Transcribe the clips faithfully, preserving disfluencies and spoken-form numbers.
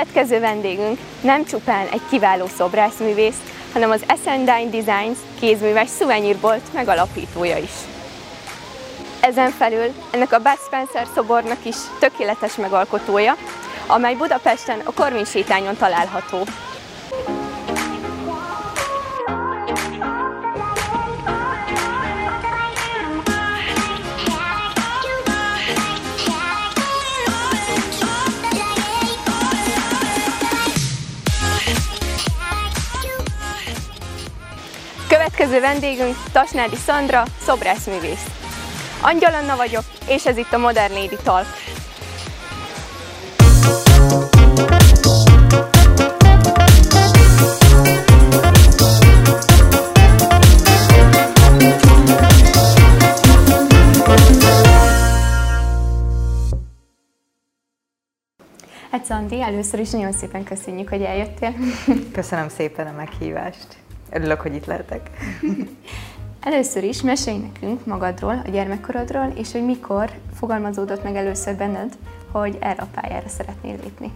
Következő vendégünk nem csupán egy kiváló szobrászművész, hanem az Essendine Designs kézműves szuvenírbolt megalapítója is. Ezen felül ennek a Bud Spencer szobornak is tökéletes megalkotója, amely Budapesten a Korvin sétányon található. Következő vendégünk Tasnádi Szandra, szobrászművész. Angyal Anna vagyok, és ez itt a Modern Lady Talk. Hát Szandi, először is nagyon szépen köszönjük, hogy eljöttél. Köszönöm szépen a meghívást. Örülök, hogy itt lehetek. Először is mesélj nekünk magadról, a gyermekkorodról, és hogy mikor fogalmazódott meg először benned, hogy erre a pályára szeretnél lépni.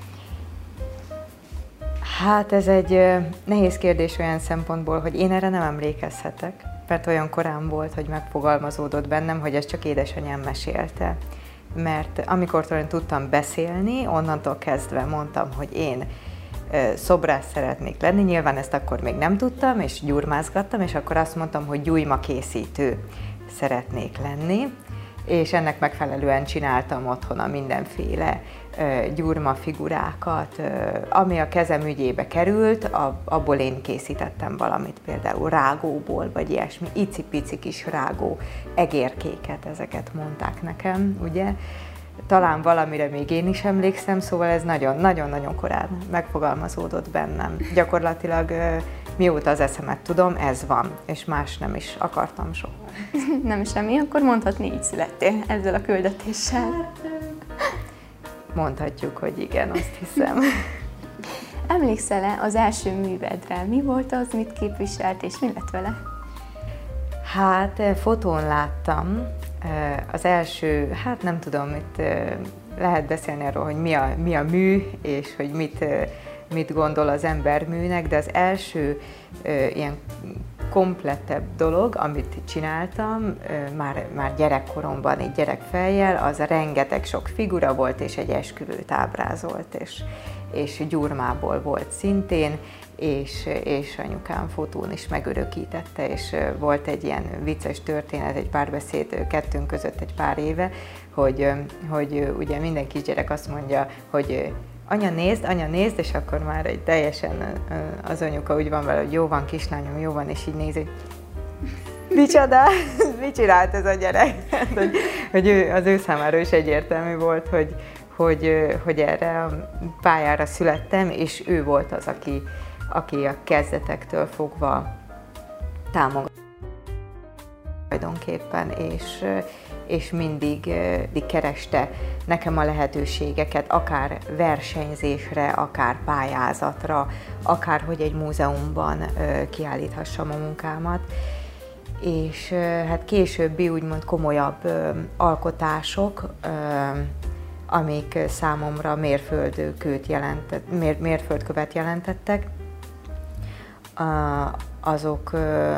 Hát ez egy nehéz kérdés olyan szempontból, hogy én erre nem emlékezhetek, mert olyan korán volt, hogy megfogalmazódott bennem, hogy ezt csak édesanyám mesélte. Mert amikor talán tudtam beszélni, onnantól kezdve mondtam, hogy én szobrász szeretnék lenni, nyilván ezt akkor még nem tudtam, és gyurmázgattam, és akkor azt mondtam, hogy gyújmakészítő szeretnék lenni, és ennek megfelelően csináltam otthon a mindenféle gyurmafigurákat, ami a kezem ügyébe került, abból én készítettem valamit, például rágóból, vagy ilyesmi, icipici kis rágó egérkéket, ezeket mondták nekem, ugye? Talán valamire még én is emlékszem, szóval ez nagyon-nagyon korán megfogalmazódott bennem. Gyakorlatilag mióta az eszemet tudom, ez van, és más nem is akartam soha. Nem semmi, akkor mondhatni, így születtél ezzel a küldetéssel. Mondhatjuk, hogy igen, azt hiszem. Emlékszel-e az első művedre? Mi volt az, mit képviselt, és mi lett vele? Hát fotón láttam. Az első, hát nem tudom, itt lehet beszélni arról, hogy mi a, mi a mű, és hogy mit, mit gondol az ember műnek, de az első ilyen komplettebb dolog, amit csináltam, már, már gyerekkoromban, így gyerekfejjel, az a rengeteg sok figura volt, és egy esküvőt ábrázolt, és, és gyurmából volt szintén, és, és anyukám fotón is megörökítette, és volt egy ilyen vicces történet, egy párbeszéd kettőnk között egy pár éve, hogy, hogy ugye minden kisgyerek azt mondja, hogy anya nézd, anya nézd, és akkor már egy teljesen az anyuka úgy van vele, hogy jó van kislányom, jó van, és így nézi, micsoda, mit csinált ez a gyerek? hogy, hogy ő, az ő számára is egyértelmű volt, hogy, hogy, hogy erre a pályára születtem, és ő volt az, aki aki a kezdetektől fogva támogat tulajdonképpen, és, és mindig, mindig kereste nekem a lehetőségeket, akár versenyzésre, akár pályázatra, akár hogy egy múzeumban kiállíthassam a munkámat. És hát későbbi úgymond komolyabb alkotások, amik számomra mérföldkőt jelentett, mér, mérföldkövet jelentettek, azok,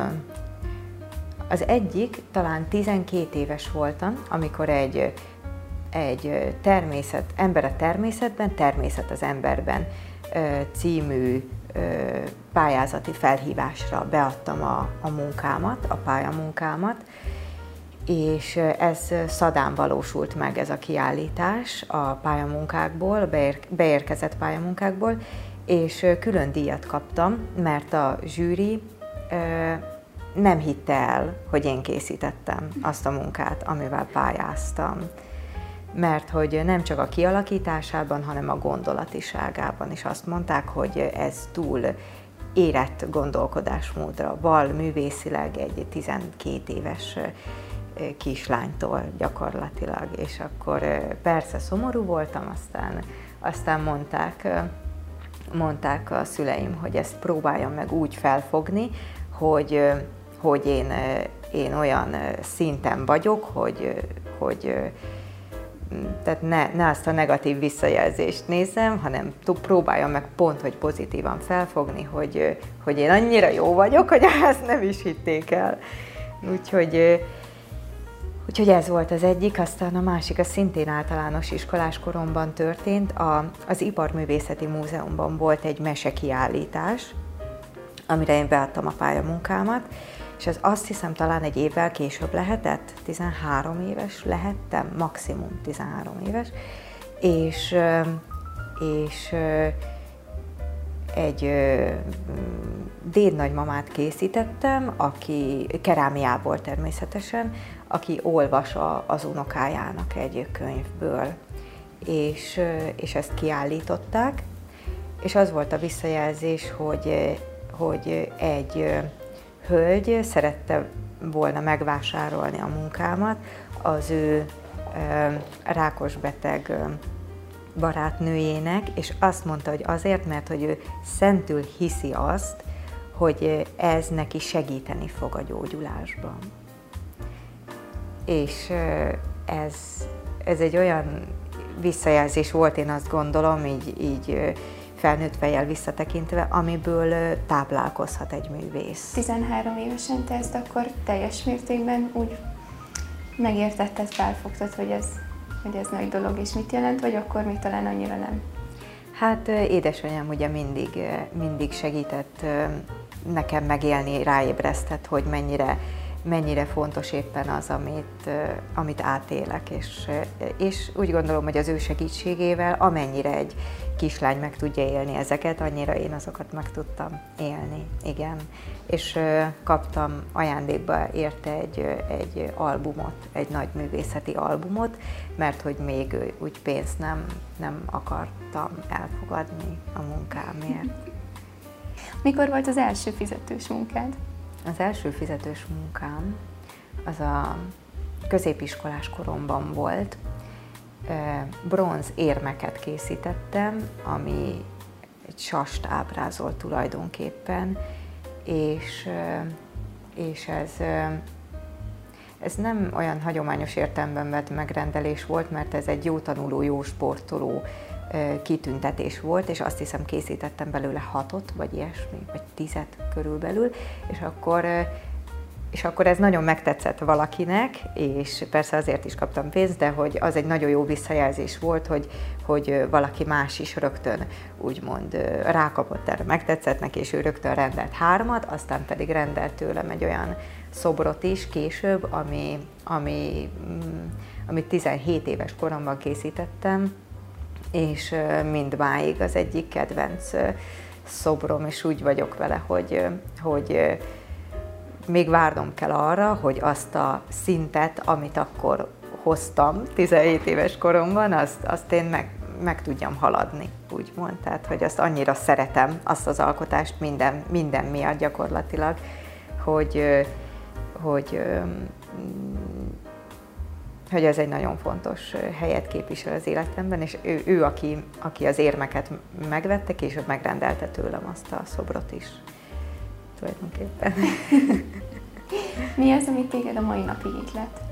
az egyik, talán tizenkét éves voltam, amikor egy, egy természet, ember a természetben, természet az emberben című pályázati felhívásra beadtam a, a munkámat, a pályamunkámat, és ez Szadán valósult meg, ez a kiállítás a pályamunkákból, beérkezett pályamunkákból, és külön díjat kaptam, mert a zsűri nem hitte el, hogy én készítettem azt a munkát, amivel pályáztam. Mert hogy nem csak a kialakításában, hanem a gondolatiságában is azt mondták, hogy ez túl érett gondolkodásmódra val művészileg egy tizenkét éves kislánytól gyakorlatilag. És akkor persze szomorú voltam, aztán, aztán mondták, mondták a szüleim, hogy ezt próbáljam meg úgy felfogni, hogy, hogy én, én olyan szinten vagyok, hogy, hogy tehát ne, ne azt a negatív visszajelzést nézem, hanem próbáljam meg pont, hogy pozitívan felfogni, hogy, hogy én annyira jó vagyok, hogy ezt nem is hitték el. Úgyhogy, úgyhogy ez volt az egyik, aztán a másik, az szintén általános iskolás koromban történt. A, az Iparművészeti Múzeumban volt egy mesekiállítás, amire én beadtam a pályamunkámat, és az azt hiszem talán egy évvel később lehetett, tizenhárom éves lehettem, maximum tizenhárom éves, és, és egy dédnagymamát készítettem, aki kerámiából természetesen, aki olvas az unokájának egy könyvből, és, és ezt kiállították, és az volt a visszajelzés, hogy, hogy egy hölgy szerette volna megvásárolni a munkámat az ő rákosbeteg barátnőjének, és azt mondta, hogy azért, mert hogy ő szentül hiszi azt, hogy ez neki segíteni fog a gyógyulásban. És ez, ez egy olyan visszajelzés volt, én azt gondolom, így, így felnőtt fejjel visszatekintve, amiből táplálkozhat egy művész. tizenhárom évesen te ezt akkor teljes mértékben úgy megértetted, felfogtad, hogy ez, hogy ez nagy dolog, és mit jelent, vagy akkor még talán annyira nem? Hát édesanyám ugye mindig, mindig segített nekem megélni, ráébresztett, hogy mennyire, mennyire fontos éppen az, amit, amit átélek, és, és úgy gondolom, hogy az ő segítségével, amennyire egy kislány meg tudja élni ezeket, annyira én azokat meg tudtam élni, igen. És kaptam ajándékba érte egy, egy albumot, egy nagy művészeti albumot, mert hogy még úgy pénzt nem, nem akartam elfogadni a munkámért. Mikor volt az első fizetős munkád? Az első fizetős munkám az a középiskolás koromban volt. Bronz érmeket készítettem, ami egy sast ábrázol tulajdonképpen, és, és ez, ez nem olyan hagyományos értelemben vett megrendelés volt, mert ez egy jó tanuló, jó sportoló kitüntetés volt, és azt hiszem készítettem belőle hatot, vagy ilyesmi, vagy tizet körülbelül, és akkor, és akkor ez nagyon megtetszett valakinek, és persze azért is kaptam pénzt, de hogy az egy nagyon jó visszajelzés volt, hogy, hogy valaki más is rögtön úgymond rákapott erre, megtetszett neki, és ő rögtön rendelt hármat, aztán pedig rendelt tőlem egy olyan szobrot is később, ami, ami, amit tizenhét éves koromban készítettem, és mindmáig az egyik kedvenc szobrom, és úgy vagyok vele, hogy, hogy még várnom kell arra, hogy azt a szintet, amit akkor hoztam tizenhét éves koromban, azt, azt én meg, meg tudjam haladni, úgymond. Tehát, hogy azt annyira szeretem, azt az alkotást minden, minden miatt gyakorlatilag, hogy, hogy hogy ez egy nagyon fontos helyet képvisel az életemben, és ő, ő aki, aki az érmeket megvette, később megrendelte tőlem azt a szobrot is, tulajdonképpen. Mi az, amit téged a mai napig ihlet?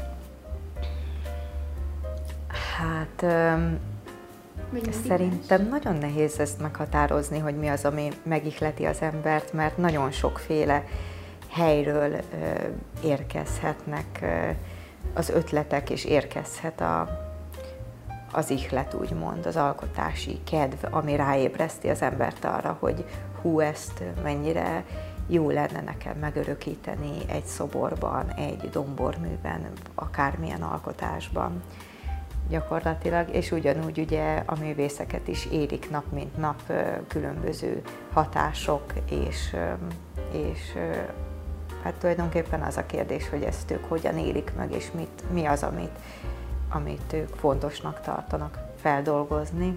Hát szerintem nagyon nehéz ezt meghatározni, hogy mi az, ami megihleti az embert, mert nagyon sokféle helyről érkezhetnek az ötletek, és érkezhet a, az ihlet, úgymond, az alkotási kedv, ami ráébreszti az embert arra, hogy hú, ezt mennyire jó lenne nekem megörökíteni egy szoborban, egy domborműben, akármilyen alkotásban gyakorlatilag, és ugyanúgy ugye a művészeket is érik nap mint nap különböző hatások, és, és hát tulajdonképpen az a kérdés, hogy ezt ők hogyan élik meg, és mit, mi az, amit, amit ők fontosnak tartanak feldolgozni.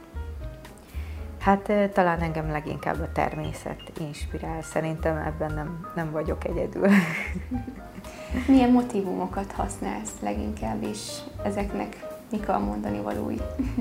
Hát talán engem leginkább a természet inspirál, szerintem ebben nem, nem vagyok egyedül. Milyen motívumokat használsz leginkább, és ezeknek mik a mondani valói?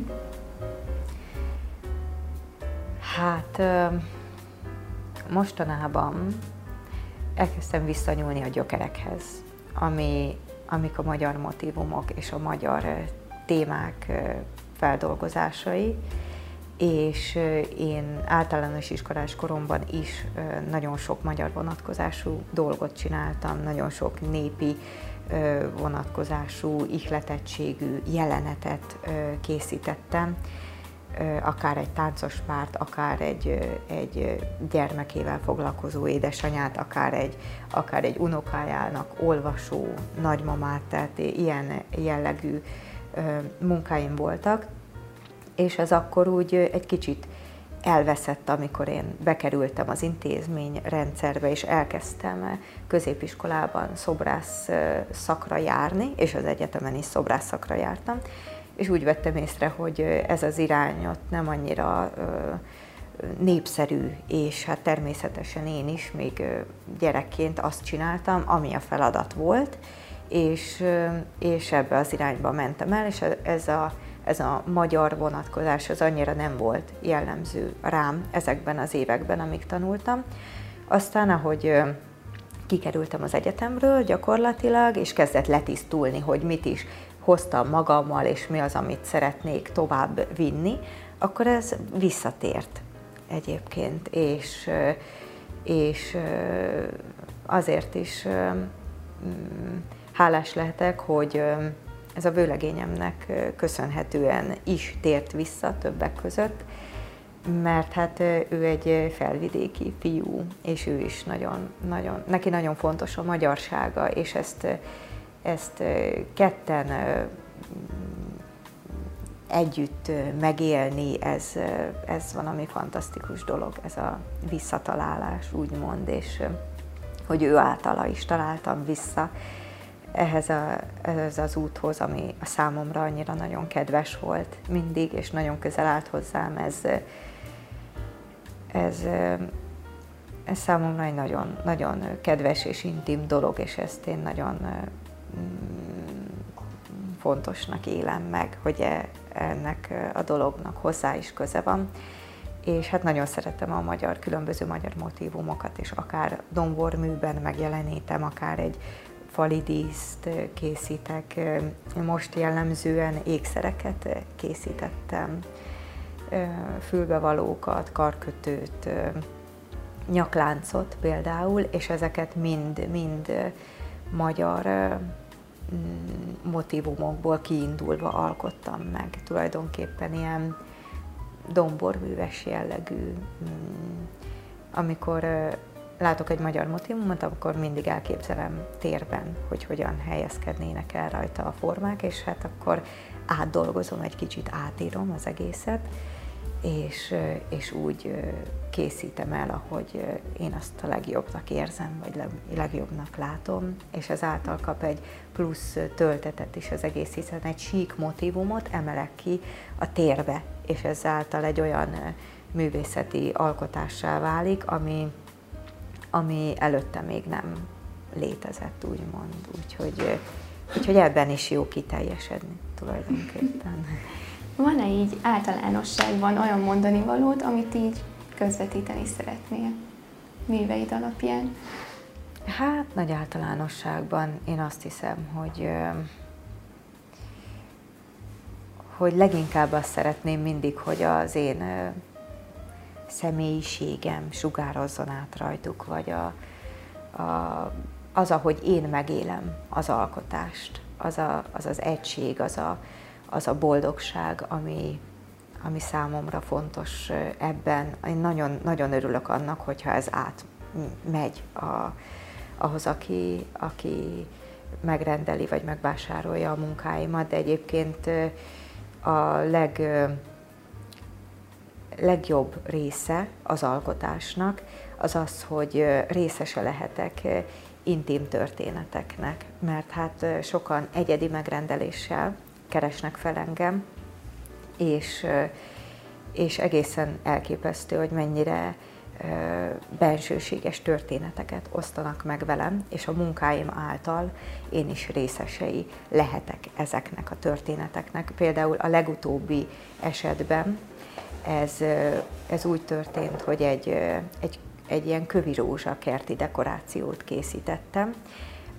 Hát mostanában elkezdtem visszanyúlni a gyökerekhez, ami, amik a magyar motívumok és a magyar témák feldolgozásai, és én általános iskolás koromban is nagyon sok magyar vonatkozású dolgot csináltam, nagyon sok népi vonatkozású, ihletettségű jelenetet készítettem, akár egy táncos párt, akár egy, egy gyermekével foglalkozó édesanyát, akár egy, akár egy unokájának olvasó nagymamát, tehát ilyen jellegű munkáim voltak, és ez akkor úgy egy kicsit elveszett, amikor én bekerültem az intézményrendszerbe, és elkezdtem középiskolában szobrász szakra járni, és az egyetemen is szobrász szakra jártam, és úgy vettem észre, hogy ez az irányot nem annyira népszerű, és hát természetesen én is még gyerekként azt csináltam, ami a feladat volt, és, és ebbe az irányba mentem el, és ez a, ez a magyar vonatkozás az annyira nem volt jellemző rám ezekben az években, amíg tanultam. Aztán, ahogy kikerültem az egyetemről gyakorlatilag, és kezdett letisztulni, hogy mit is hoztam magammal, és mi az, amit szeretnék tovább vinni, akkor ez visszatért egyébként, és, és azért is hálás lehetek, hogy ez a vőlegényemnek köszönhetően is tért vissza többek között, mert hát ő egy felvidéki fiú, és ő is nagyon, nagyon, neki nagyon fontos a magyarsága, és ezt, ezt ketten együtt megélni, ez, ez valami fantasztikus dolog, ez a visszatalálás, úgymond, és hogy ő általa is találtam vissza ehhez, a, ehhez az úthoz, ami a számomra annyira nagyon kedves volt mindig, és nagyon közel állt hozzám. Ez, ez, ez számomra egy nagyon, nagyon kedves és intim dolog, és ezt én nagyon fontosnak élem meg, hogy ennek a dolognak hozzá is köze van. És hát nagyon szeretem a magyar, különböző magyar motívumokat, és akár domborműben megjelenítem, akár egy fali díszt készítek. Most jellemzően ékszereket készítettem, fülbevalókat, karkötőt, nyakláncot például, és ezeket mind, mind magyar motívumokból kiindulva alkottam meg. Tulajdonképpen ilyen domborműves jellegű. Amikor látok egy magyar motívumot, akkor mindig elképzelem térben, hogy hogyan helyezkednének el rajta a formák, és hát akkor átdolgozom, egy kicsit átírom az egészet, és, és úgy készítem el, ahogy én azt a legjobbnak érzem, vagy legjobbnak látom, és ezáltal kap egy plusz töltetet is az egész, hiszen egy sík motívumot emelek ki a térbe, és ezáltal egy olyan művészeti alkotássá válik, ami, ami előtte még nem létezett, úgymond. Úgyhogy, úgyhogy ebben is jó kiteljesedni tulajdonképpen. Van-e így általánosságban olyan mondani valód, amit így közvetíteni szeretnél műveid alapján? Hát nagy általánosságban én azt hiszem, hogy, hogy leginkább azt szeretném mindig, hogy az én személyiségem sugározzon át rajtuk, vagy a, a, az, ahogy én megélem az alkotást, az a, az, az egység, az a, az a boldogság, ami, ami számomra fontos ebben. Én nagyon, nagyon örülök annak, hogyha ez átmegy a, ahhoz, aki, aki megrendeli vagy megvásárolja a munkáimat, de egyébként a leg, legjobb része az alkotásnak az az, hogy részese lehetek intim történeteknek, mert hát sokan egyedi megrendeléssel keresnek fel engem, és, és egészen elképesztő, hogy mennyire bensőséges történeteket osztanak meg velem, és a munkáim által én is részesei lehetek ezeknek a történeteknek. Például a legutóbbi esetben ez, ez úgy történt, hogy egy, egy, egy ilyen kövi rózsa kerti dekorációt készítettem,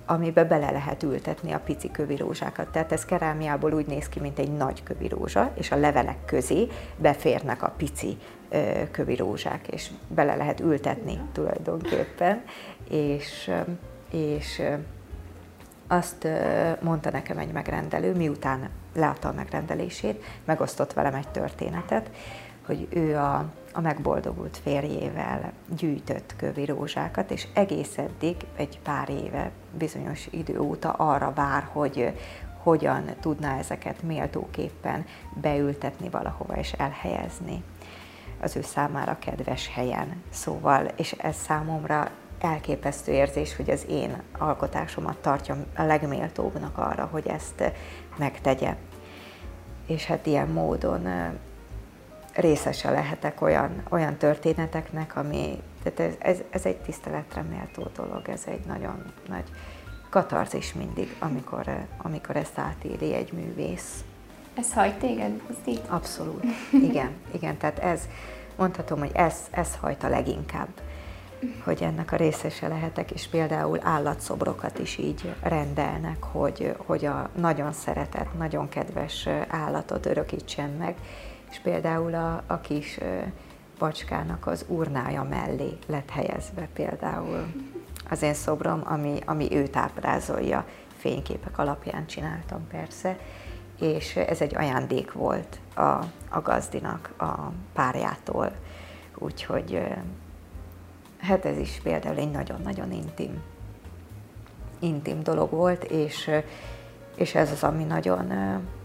amiben bele lehet ültetni a pici kövirózsákat. Tehát ez kerámiából úgy néz ki, mint egy nagy kövirózsa, és a levelek közé beférnek a pici kövirózsák, és bele lehet ültetni tulajdonképpen. És, és azt mondta nekem egy megrendelő, miután leadta a megrendelését, megosztott velem egy történetet, hogy ő a, a megboldogult férjével gyűjtött kövirózsákat, és egész eddig, egy pár éve, bizonyos idő óta arra vár, hogy hogyan tudná ezeket méltóképpen beültetni valahova és elhelyezni az ő számára kedves helyen. Szóval, és ez számomra elképesztő érzés, hogy az én alkotásomat tartja a legméltóbbnak arra, hogy ezt megtegye. És hát ilyen módon részese lehetek olyan, olyan történeteknek, ami, tehát ez, ez, ez egy tiszteletre méltó dolog, ez egy nagyon nagy katarzis mindig, amikor, amikor ezt átéli egy művész. Ez hajt téged, buzdít? Abszolút, igen, igen, tehát ez, mondhatom, hogy ez, ez hajt a leginkább, hogy ennek a részese lehetek, és például állatszobrokat is így rendelnek, hogy, hogy a nagyon szeretett, nagyon kedves állatot örökítsen meg, és például a, a kis bacskának az urnája mellé lett helyezve például az én szobrom, ami, ami őt ábrázolja, fényképek alapján csináltam persze, és ez egy ajándék volt a, a gazdinak, a párjától, úgyhogy hát ez is például egy nagyon-nagyon intim, intim dolog volt, és, és ez az, ami nagyon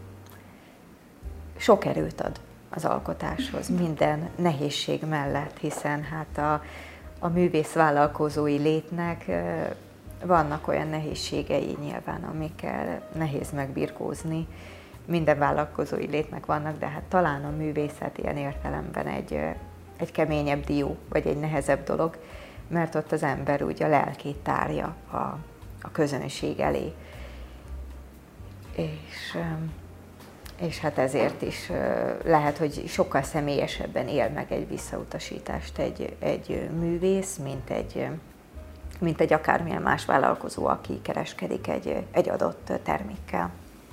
sok erőt ad az alkotáshoz, minden nehézség mellett, hiszen hát a, a művész vállalkozói létnek vannak olyan nehézségei nyilván, amikkel nehéz megbirkózni. Minden vállalkozói létnek vannak, de hát talán a művészet ilyen értelemben egy, egy keményebb dió, vagy egy nehezebb dolog, mert ott az ember úgy a lelkét tárja a, a közönség elé. És, és hát ezért is lehet, hogy sokkal személyesebben él meg egy visszautasítást egy, egy művész, mint egy, mint egy akármilyen más vállalkozó, aki kereskedik egy, egy adott termékkel.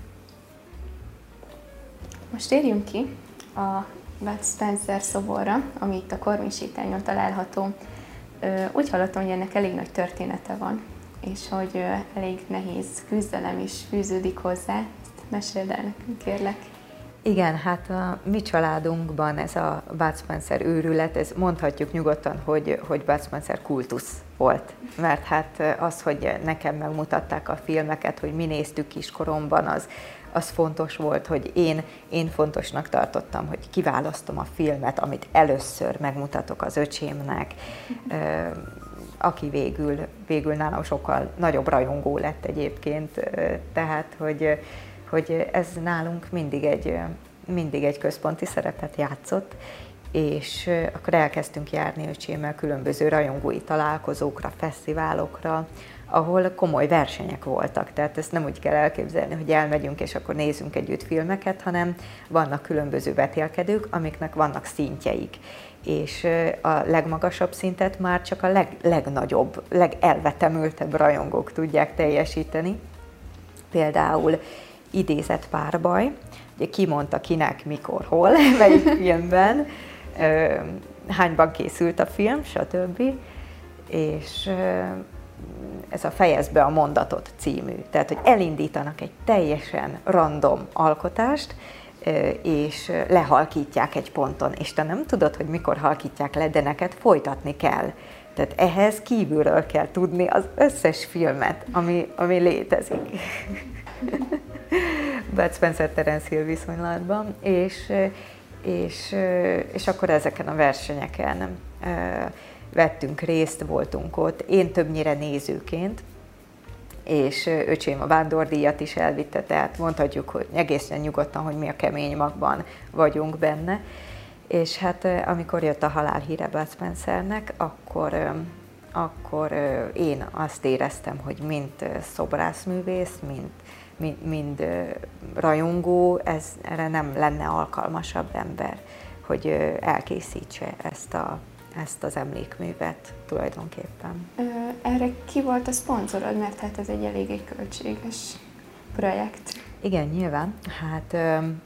Most térjünk ki a Bud Spencer szoborra, ami itt a Korvin sétányon található. Úgy hallottam, hogy ennek elég nagy története van, és hogy elég nehéz küzdelem is fűződik hozzá. Ezt meséld el nekünk, kérlek. Igen, hát a mi családunkban ez a Bud Spencer őrület, ez mondhatjuk nyugodtan, hogy, hogy Bud Spencer kultusz volt. Mert hát az, hogy nekem megmutatták a filmeket, hogy mi néztük kiskoromban, az, az fontos volt, hogy én, én fontosnak tartottam, hogy kiválasztom a filmet, amit először megmutatok az öcsémnek, aki végül, végül nálam sokkal nagyobb rajongó lett egyébként, tehát hogy, hogy ez nálunk mindig egy, mindig egy központi szerepet játszott, és akkor elkezdtünk járni öcsémmel különböző rajongói találkozókra, fesztiválokra, ahol komoly versenyek voltak. Tehát ezt nem úgy kell elképzelni, hogy elmegyünk és akkor nézzünk együtt filmeket, hanem vannak különböző vetélkedők, amiknek vannak szintjeik. És a legmagasabb szintet már csak a leg, legnagyobb, legelvetemültebb rajongók tudják teljesíteni. Például idézett párbaj, ugye ki mondta kinek, mikor, hol, melyik filmben, hányban készült a film, stb. És ez a Fejezd be a mondatot című, tehát hogy elindítanak egy teljesen random alkotást, és lehalkítják egy ponton, és te nem tudod, hogy mikor halkítják le, de neked folytatni kell. Tehát ehhez kívülről kell tudni az összes filmet, ami, ami létezik. Bud Spencer Terence Hill viszonylatban, és, és, és akkor ezeken a versenyeken vettünk részt, voltunk ott, én többnyire nézőként, és öcsém a vándordíjat is elvitte, tehát mondhatjuk, hogy egészen nyugodtan, hogy mi a kemény magban vagyunk benne. És hát amikor jött a halálhíre Bud Spencernek, akkor, akkor én azt éreztem, hogy mint szobrászművész, mint, mind, mind rajongó, ez erre nem lenne alkalmasabb ember, hogy elkészítse ezt a ezt az emlékművet tulajdonképpen. Erre ki volt a szponzorod, mert hát ez egy eléggé költséges projekt. Igen, nyilván. Hát,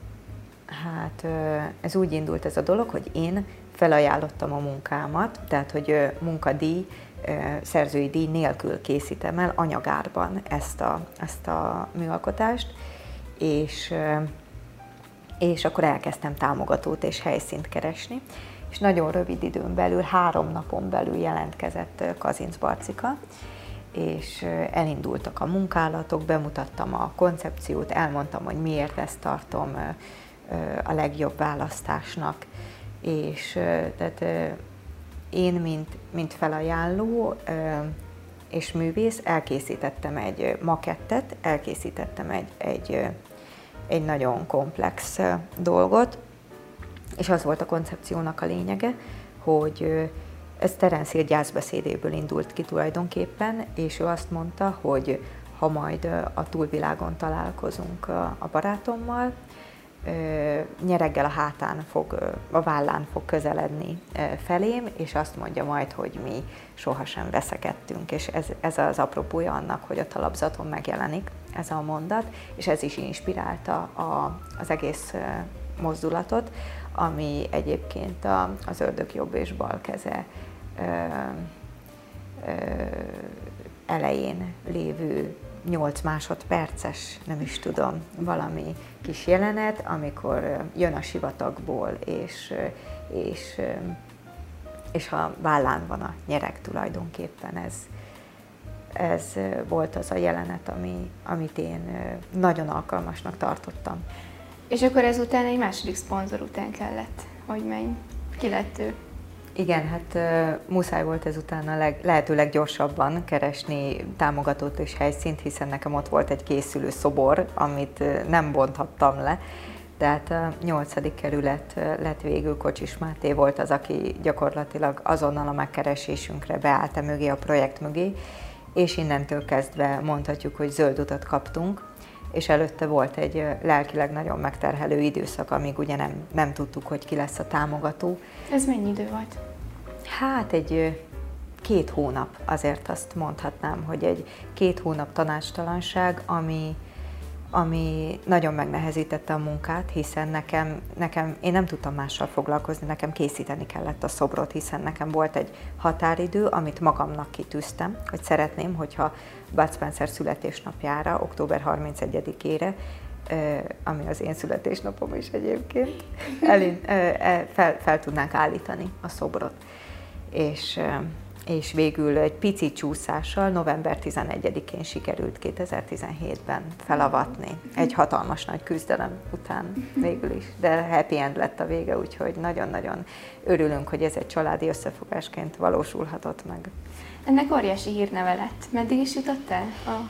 hát ez úgy indult ez a dolog, hogy én felajánlottam a munkámat, tehát hogy munkadíj, szerzői díj nélkül készítem el anyagárban ezt a, ezt a műalkotást, és, és akkor elkezdtem támogatót és helyszínt keresni, és nagyon rövid időn belül, három napon belül jelentkezett Kazinc Barcika, és elindultak a munkálatok, bemutattam a koncepciót, elmondtam, hogy miért ezt tartom a legjobb választásnak, és tehát én, mint, mint felajánló és művész elkészítettem egy makettet, elkészítettem egy, egy, egy nagyon komplex dolgot, és az volt a koncepciónak a lényege, hogy ez Terence Hill gyászbeszédéből indult ki tulajdonképpen, és ő azt mondta, hogy ha majd a túlvilágon találkozunk a barátommal, nyereggel a hátán fog, a vállán fog közeledni felém, és azt mondja majd, hogy mi sohasem veszekedtünk, és ez, ez az apropója annak, hogy a talapzaton megjelenik ez a mondat, és ez is inspirálta a, az egész mozdulatot, ami egyébként a, az ördög jobb és bal keze ö, ö, elején lévő nyolc másodperces, nem is tudom, valami kis jelenet, amikor jön a sivatagból, és, és, és a vállán van a nyereg tulajdonképpen. Ez, ez volt az a jelenet, ami, amit én nagyon alkalmasnak tartottam. És akkor ezután egy második szponzor után kellett, hogy menj. Ki lett ő? Igen, hát uh, muszáj volt ezután a leg, lehető leggyorsabban keresni támogatót és helyszínt, hiszen nekem ott volt egy készülő szobor, amit uh, nem bonthattam le. Tehát a nyolcadik kerület uh, lett végül, Kocsis Máté volt az, aki gyakorlatilag azonnal a megkeresésünkre beállt mögé, a projekt mögé, és innentől kezdve mondhatjuk, hogy zöld utat kaptunk, és előtte volt egy lelkileg nagyon megterhelő időszak, amíg ugye nem, nem tudtuk, hogy ki lesz a támogató. Ez mennyi idő volt? Hát egy két hónap, azért azt mondhatnám, hogy egy két hónap tanácstalanság, ami, ami nagyon megnehezítette a munkát, hiszen nekem, nekem, én nem tudtam mással foglalkozni, nekem készíteni kellett a szobrot, hiszen nekem volt egy határidő, amit magamnak kitűztem, hogy szeretném, hogyha Bud Spencer születésnapjára, október harmincegyedikére, ami az én születésnapom is egyébként, elin, fel, fel tudnánk állítani a szobrot. És, és végül egy pici csúszással november tizenegyedikén sikerült kétezer-tizenhétben felavatni. Egy hatalmas nagy küzdelem után végül is, de happy end lett a vége, úgyhogy nagyon-nagyon örülünk, hogy ez egy családi összefogásként valósulhatott meg. Ennek óriási hírneve lett. Meddig is jutott el? A...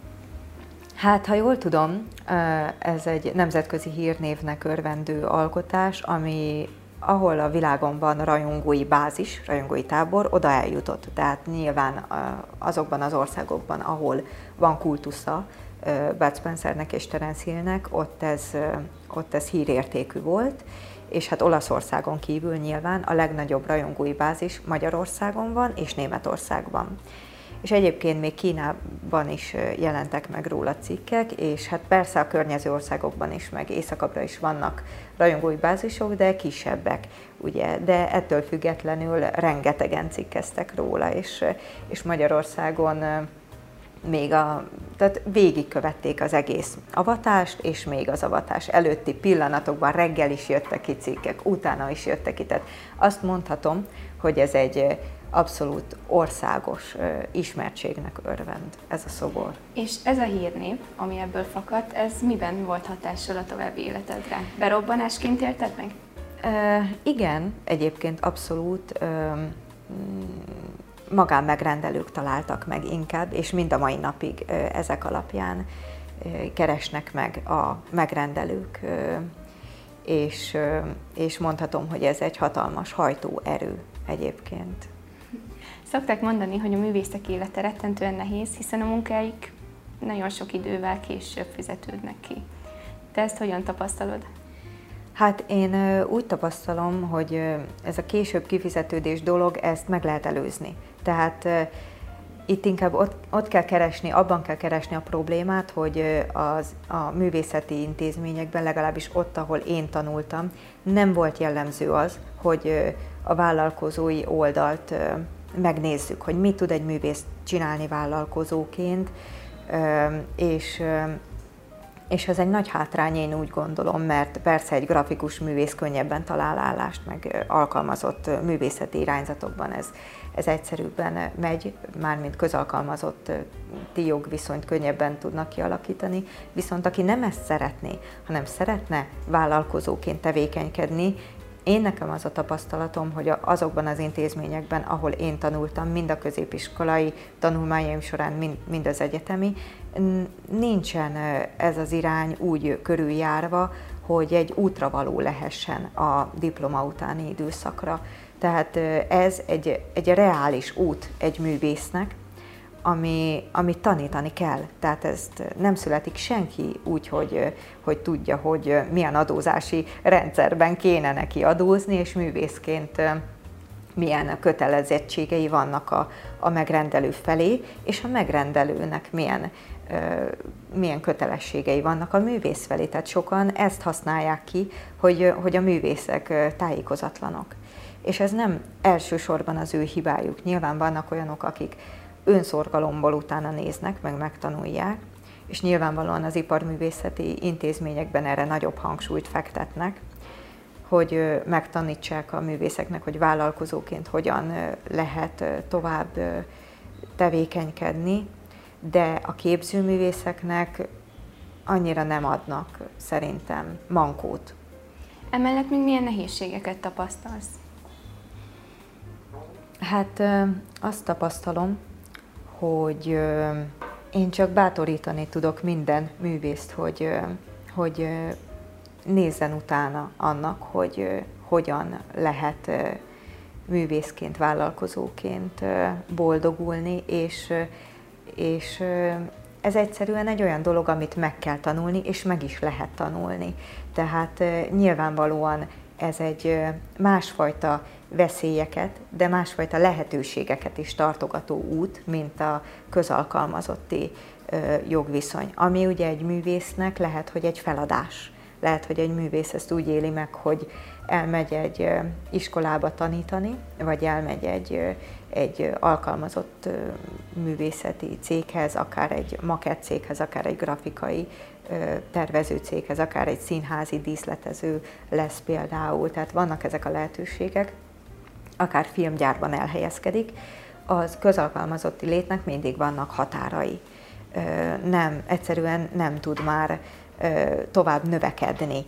Hát, ha jól tudom, ez egy nemzetközi hírnévnek örvendő alkotás, ami ahol a világon van rajongói bázis, rajongói tábor, oda eljutott. Tehát nyilván azokban az országokban, ahol van kultusza Bud Spencernek és Terence Hillnek, ott ez, ott ez hírértékű volt, és hát Olaszországon kívül nyilván a legnagyobb rajongói bázis Magyarországon van és Németországban. És egyébként még Kínában is jelentek meg róla cikkek, és hát persze a környező országokban is, meg északabbra is vannak rajongói bázisok, de kisebbek, ugye, de ettől függetlenül rengetegen cikkeztek róla, és, és Magyarországon még a, tehát végigkövették az egész avatást, és még az avatás előtti pillanatokban reggel is jöttek ki cikkek, utána is jöttek ki, tehát azt mondhatom, hogy ez egy abszolút országos ismertségnek örvend ez a szobor. És ez a hírnév, ami ebből fakadt, ez miben volt hatással a további életedre? Berobbanásként élted meg? E, igen, egyébként abszolút e, magánmegrendelők találtak meg inkább, és mind a mai napig e, ezek alapján e, keresnek meg a megrendelők, e, és, e, és mondhatom, hogy ez egy hatalmas hajtóerő egyébként. Szokták mondani, hogy a művészek élete rettentően nehéz, hiszen a munkáik nagyon sok idővel később fizetődnek ki. Te ezt hogyan tapasztalod? Hát én úgy tapasztalom, hogy ez a később kifizetődés dolog, ezt meg lehet előzni. Tehát itt inkább ott, ott kell keresni, abban kell keresni a problémát, hogy az, a művészeti intézményekben, legalábbis ott, ahol én tanultam, nem volt jellemző az, hogy a vállalkozói oldalt megnézzük, hogy mit tud egy művész csinálni vállalkozóként, és És ez egy nagy hátrány, én úgy gondolom, mert persze egy grafikus művész könnyebben talál állást, meg alkalmazott művészeti irányzatokban ez, ez egyszerűbben megy, mármint közalkalmazotti jogviszonyt könnyebben tudnak kialakítani, viszont aki nem ezt szeretné, hanem szeretne vállalkozóként tevékenykedni, én nekem az a tapasztalatom, hogy azokban az intézményekben, ahol én tanultam, mind a középiskolai tanulmányaim során, mind, mind az egyetemi, nincsen ez az irány úgy körüljárva, hogy egy útravaló lehessen a diploma utáni időszakra. Tehát ez egy, egy reális út egy művésznek, ami, amit tanítani kell. Tehát ezt nem születik senki úgy, hogy, hogy tudja, hogy milyen adózási rendszerben kéne neki adózni, és művészként milyen kötelezettségei vannak a, a megrendelő felé, és a megrendelőnek milyen, milyen kötelességei vannak a művész felé. Tehát sokan ezt használják ki, hogy, hogy a művészek tájékozatlanok. És ez nem elsősorban az ő hibájuk. Nyilván vannak olyanok, akik önszorgalomból utána néznek, meg megtanulják, és nyilvánvalóan az iparművészeti intézményekben erre nagyobb hangsúlyt fektetnek, hogy megtanítsák a művészeknek, hogy vállalkozóként hogyan lehet tovább tevékenykedni, de a képzőművészeknek annyira nem adnak szerintem mankót. Emellett még milyen nehézségeket tapasztalsz? Hát azt tapasztalom, hogy én csak bátorítani tudok minden művészt, hogy, hogy nézzen utána annak, hogy hogyan lehet művészként, vállalkozóként boldogulni, és, és ez egyszerűen egy olyan dolog, amit meg kell tanulni, és meg is lehet tanulni. Tehát nyilvánvalóan ez egy másfajta veszélyeket, de másfajta lehetőségeket is tartogató út, mint a közalkalmazotti jogviszony, ami ugye egy művésznek lehet, hogy egy feladás. Lehet, hogy egy művész ezt úgy éli meg, hogy elmegy egy iskolába tanítani, vagy elmegy egy, egy alkalmazott művészeti céghez, akár egy makett céghez, akár egy grafikai tervező céghez, akár egy színházi díszletező lesz például. Tehát vannak ezek a lehetőségek, akár filmgyárban elhelyezkedik, az közalkalmazotti létnek mindig vannak határai. Nem, egyszerűen nem tud már tovább növekedni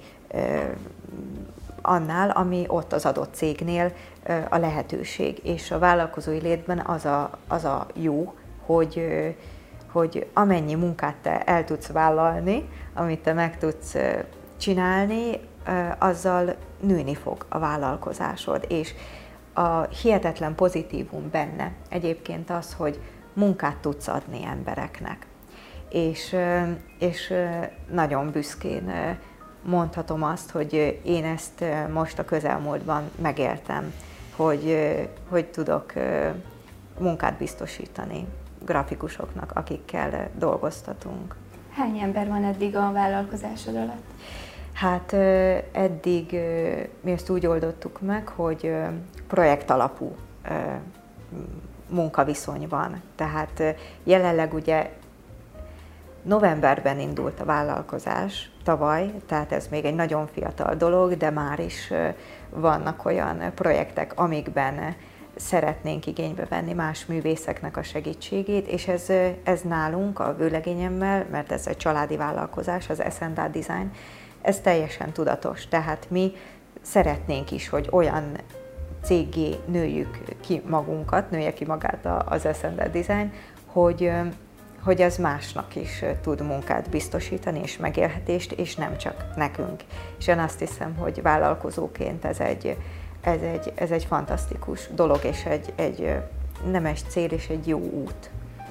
annál, ami ott az adott cégnél a lehetőség. És a vállalkozói létben az a, az a jó, hogy, hogy amennyi munkát te el tudsz vállalni, amit te meg tudsz csinálni, azzal nőni fog a vállalkozásod. És a hihetetlen pozitívum benne egyébként az, hogy munkát tudsz adni embereknek. És, és nagyon büszkén mondhatom azt, hogy én ezt most a közelmúltban megéltem, hogy, hogy tudok munkát biztosítani grafikusoknak, akikkel dolgoztatunk. Hány ember van eddig a vállalkozásod alatt? Hát eddig mi ezt úgy oldottuk meg, hogy projekt alapú munkaviszony van. Tehát jelenleg ugye novemberben indult a vállalkozás, tavaly, tehát ez még egy nagyon fiatal dolog, de már is vannak olyan projektek, amikben szeretnénk igénybe venni más művészeknek a segítségét, és ez, ez nálunk, a Vőlegényemmel, mert ez egy családi vállalkozás, az es and á Design, ez teljesen tudatos. Tehát mi szeretnénk is, hogy olyan céggé nőjük ki magunkat, nője ki magát az es and á Design, hogy hogy ez másnak is tud munkát biztosítani, és megélhetést, és nem csak nekünk. És én azt hiszem, hogy vállalkozóként ez egy, ez egy, ez egy fantasztikus dolog, és egy, egy nemes cél, és egy jó út.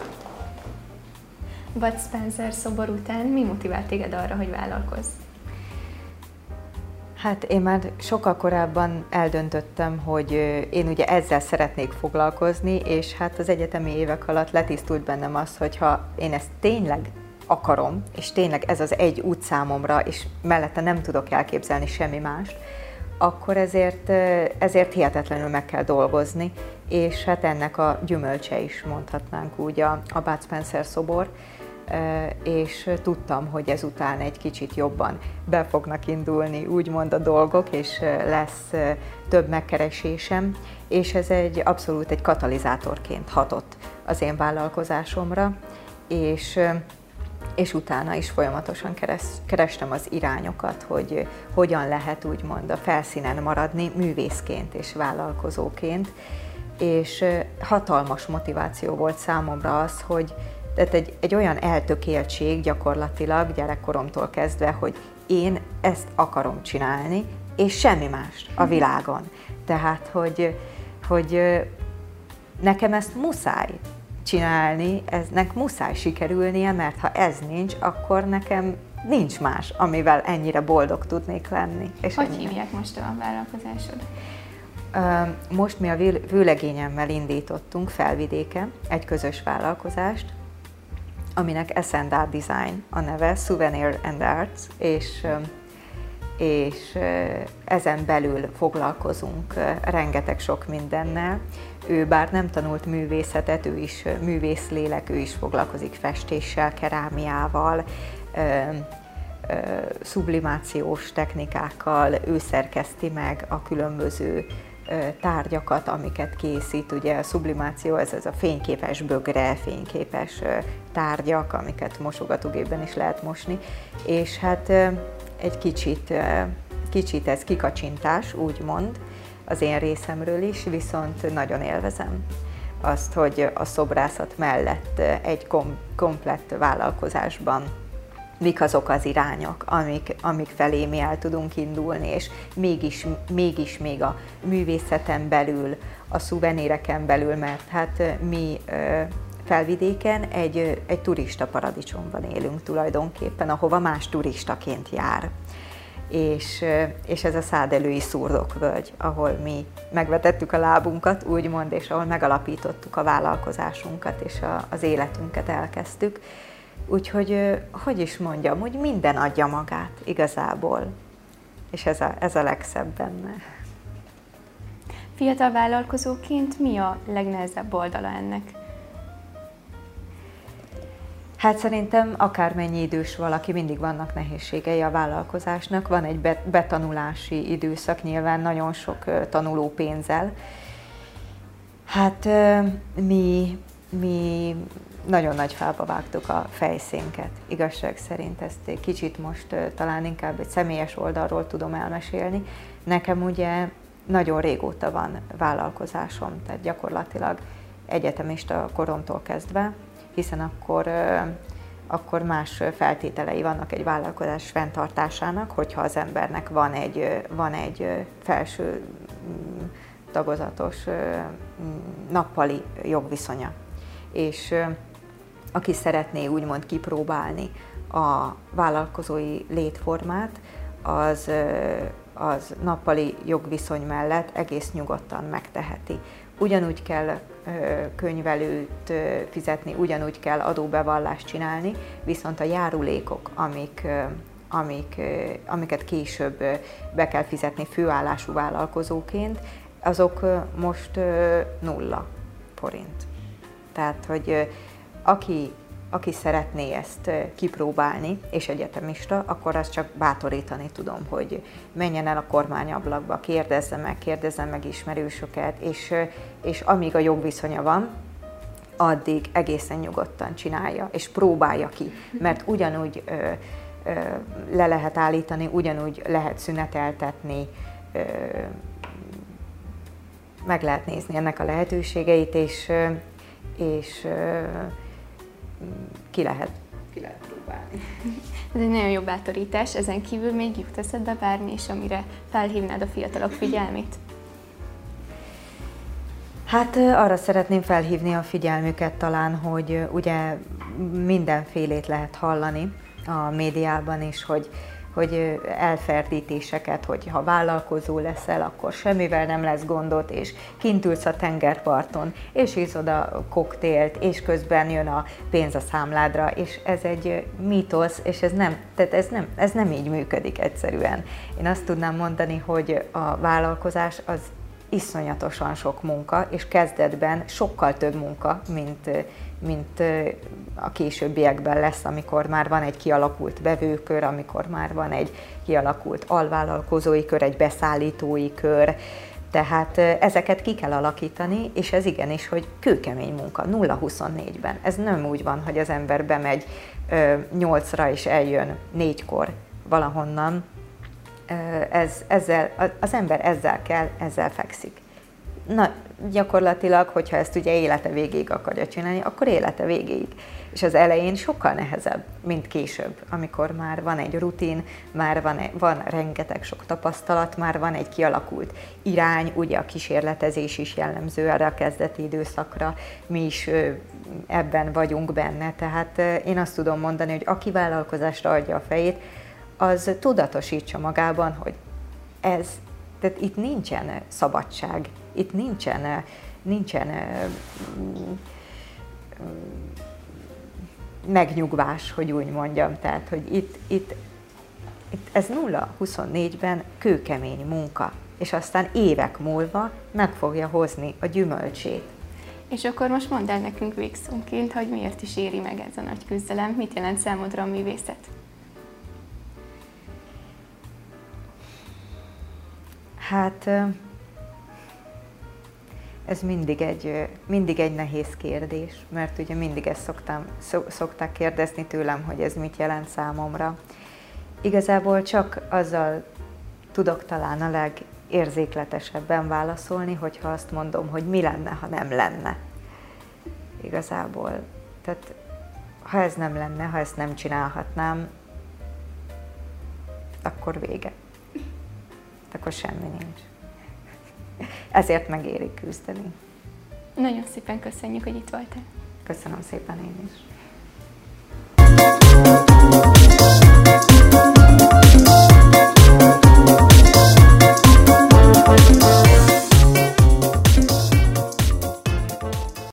Bud Spencer szobor után mi motivált téged arra, hogy vállalkozz? Hát én már sokkal korábban eldöntöttem, hogy én ugye ezzel szeretnék foglalkozni, és hát az egyetemi évek alatt letisztult bennem az, hogy ha én ezt tényleg akarom, és tényleg ez az egy út számomra, és mellette nem tudok elképzelni semmi mást, akkor ezért, ezért hihetetlenül meg kell dolgozni, és hát ennek a gyümölcse is mondhatnánk úgy a, a Bud Spencer szobor, és tudtam, hogy ezután egy kicsit jobban be fognak indulni úgymond a dolgok, és lesz több megkeresésem, és ez egy abszolút egy katalizátorként hatott az én vállalkozásomra, és, és utána is folyamatosan keres, kerestem az irányokat, hogy hogyan lehet úgymond a felszínen maradni művészként és vállalkozóként, és hatalmas motiváció volt számomra az, hogy tehát egy, egy olyan eltökéltség gyakorlatilag gyerekkoromtól kezdve, hogy én ezt akarom csinálni, és semmi más a világon. Tehát, hogy, hogy nekem ezt muszáj csinálni, eznek muszáj sikerülnie, mert ha ez nincs, akkor nekem nincs más, amivel ennyire boldog tudnék lenni. És hogy ennyire. Hívják most a vállalkozásod? Most mi a vőlegényemmel indítottunk Felvidéken egy közös vállalkozást, aminek S and Art Design a neve, Souvenir and Arts, és, és ezen belül foglalkozunk rengeteg sok mindennel. Ő bár nem tanult művészetet, ő is művészlélek, ő is foglalkozik festéssel, kerámiával, sublimációs technikákkal, ő szerkeszti meg a különböző tárgyakat, amiket készít. Ugye a sublimáció, ez, ez a fényképes bögre, fényképes tárgyak, amiket mosogatógépben is lehet mosni, és hát egy kicsit, kicsit ez kikacsintás, úgymond, az én részemről is, viszont nagyon élvezem azt, hogy a szobrászat mellett egy kom- komplett vállalkozásban mik azok az irányok, amik, amik felé mi el tudunk indulni, és mégis, mégis még a művészeten belül, a szuveníreken belül, mert hát mi Felvidéken egy, egy turista paradicsomban élünk tulajdonképpen, ahova más turistaként jár. És, és ez a Szádelői Szurdokvölgy, ahol mi megvetettük a lábunkat, úgymond, és ahol megalapítottuk a vállalkozásunkat, és a, az életünket elkezdtük. Úgyhogy, hogy is mondjam, hogy minden adja magát igazából, és ez a, ez a legszebb benne. Fiatal vállalkozóként mi a legnehezebb oldala ennek? Hát szerintem akármennyi idős valaki, mindig vannak nehézségei a vállalkozásnak. Van egy betanulási időszak, nyilván nagyon sok tanuló pénzzel. Hát mi, mi nagyon nagy fába vágtuk a fejszénket, igazság szerint. Ezt egy kicsit most talán inkább egy személyes oldalról tudom elmesélni. Nekem ugye nagyon régóta van vállalkozásom, tehát gyakorlatilag egyetemista koromtól kezdve, hiszen akkor, akkor más feltételei vannak egy vállalkozás fenntartásának, hogyha az embernek van egy, van egy felső tagozatos nappali jogviszonya. És aki szeretné úgymond kipróbálni a vállalkozói létformát, az, az nappali jogviszony mellett egész nyugodtan megteheti. Ugyanúgy kell könyvelőt fizetni, ugyanúgy kell adóbevallást csinálni, viszont a járulékok, amik, amik, amiket később be kell fizetni főállású vállalkozóként, azok most nulla forint. Tehát, hogy aki, aki szeretné ezt kipróbálni, és egyetemista, akkor azt csak bátorítani tudom, hogy menjen el a kormányablakba, kérdezze meg, kérdezze meg ismerősöket, és, és amíg a jogviszonya van, addig egészen nyugodtan csinálja, és próbálja ki, mert ugyanúgy ö, ö, le lehet állítani, ugyanúgy lehet szüneteltetni, ö, meg lehet nézni ennek a lehetőségeit, és, és ki lehet, ki lehet próbálni. Ez egy nagyon jó bátorítás, ezen kívül még jut eszedbe bármi is, amire felhívnád a fiatalok figyelmét? Hát arra szeretném felhívni a figyelmüket talán, hogy ugye mindenfélét lehet hallani a médiában is, hogy, hogy elferdítéseket, hogy ha vállalkozó leszel, akkor semmivel nem lesz gondot, és kint ülsz a tengerparton, és iszod a koktélt, és közben jön a pénz a számládra, és ez egy mítosz, és ez nem, tehát ez nem, ez nem így működik egyszerűen. Én azt tudnám mondani, hogy a vállalkozás az iszonyatosan sok munka, és kezdetben sokkal több munka, mint, mint a későbbiekben lesz, amikor már van egy kialakult vevőkör, amikor már van egy kialakult alvállalkozói kör, egy beszállítói kör. Tehát ezeket ki kell alakítani, és ez igenis, hogy kőkemény munka, nulla huszonnégyben. Ez nem úgy van, hogy az ember bemegy nyolcra és eljön négykor valahonnan. Ez, ezzel, az ember ezzel kell, ezzel fekszik. Na, gyakorlatilag, hogyha ezt ugye élete végéig akarja csinálni, akkor élete végéig. És az elején sokkal nehezebb, mint később, amikor már van egy rutin, már van, van rengeteg sok tapasztalat, már van egy kialakult irány, ugye a kísérletezés is jellemző erre a kezdeti időszakra, mi is ebben vagyunk benne. Tehát én azt tudom mondani, hogy aki vállalkozásra adja a fejét, az tudatosítsa magában, hogy ez, tehát itt nincsen szabadság, itt nincsen, nincsen megnyugvás, hogy úgy mondjam, tehát, hogy itt, itt, itt ez nulla huszonnégyben kőkemény munka, és aztán évek múlva meg fogja hozni a gyümölcsét. És akkor most mondd el nekünk végszónként, hogy miért is éri meg ez a nagy küzdelem, mit jelent számodra a művészet? Hát ez mindig egy, mindig egy nehéz kérdés, mert ugye mindig ezt szoktam, szokták kérdezni tőlem, hogy ez mit jelent számomra. Igazából csak azzal tudok talán a legérzékletesebben válaszolni, hogyha azt mondom, hogy mi lenne, ha nem lenne. Igazából. Tehát ha ez nem lenne, ha ezt nem csinálhatnám, akkor vége. Akkor semmi nincs. Ezért megéri küzdeni. Nagyon szépen köszönjük, hogy itt voltál. Köszönöm szépen én is.